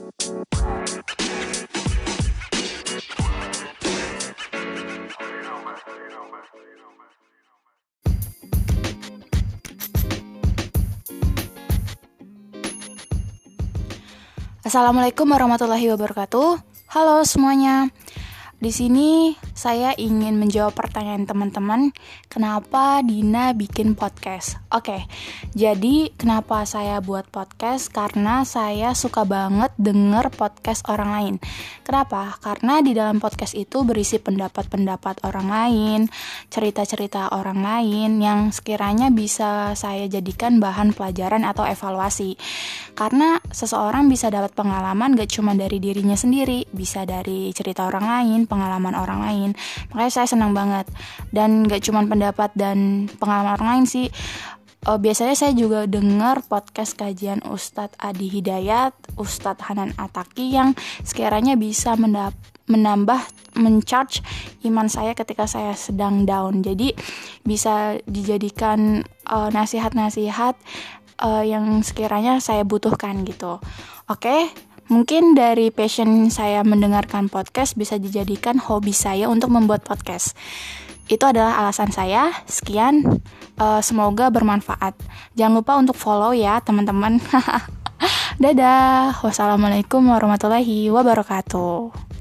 Assalamualaikum warahmatullahi wabarakatuh. Halo semuanya. Di sini saya ingin menjawab pertanyaan teman-teman, kenapa Dina bikin podcast? Oke, jadi kenapa saya buat podcast? Karena saya suka banget denger podcast orang lain. Kenapa? Karena di dalam podcast itu berisi pendapat-pendapat orang lain, cerita-cerita orang lain yang sekiranya bisa saya jadikan bahan pelajaran atau evaluasi. Karena seseorang bisa dapat pengalaman gak cuma dari dirinya sendiri, bisa dari cerita orang lain, pengalaman orang lain. Makanya saya senang banget. Dan gak cuma pendapat dan pengalaman orang lain sih. Biasanya saya juga dengar podcast kajian Ustadz Adi Hidayat, Ustadz Hanan Ataki yang sekiranya bisa mencharge iman saya ketika saya sedang down. Jadi bisa dijadikan nasihat-nasihat yang sekiranya saya butuhkan gitu. Oke, mungkin dari passion saya mendengarkan podcast bisa dijadikan hobi saya untuk membuat podcast. Itu adalah alasan saya. Sekian, semoga bermanfaat. Jangan lupa untuk follow ya teman-teman. Dadah. Wassalamualaikum warahmatullahi wabarakatuh.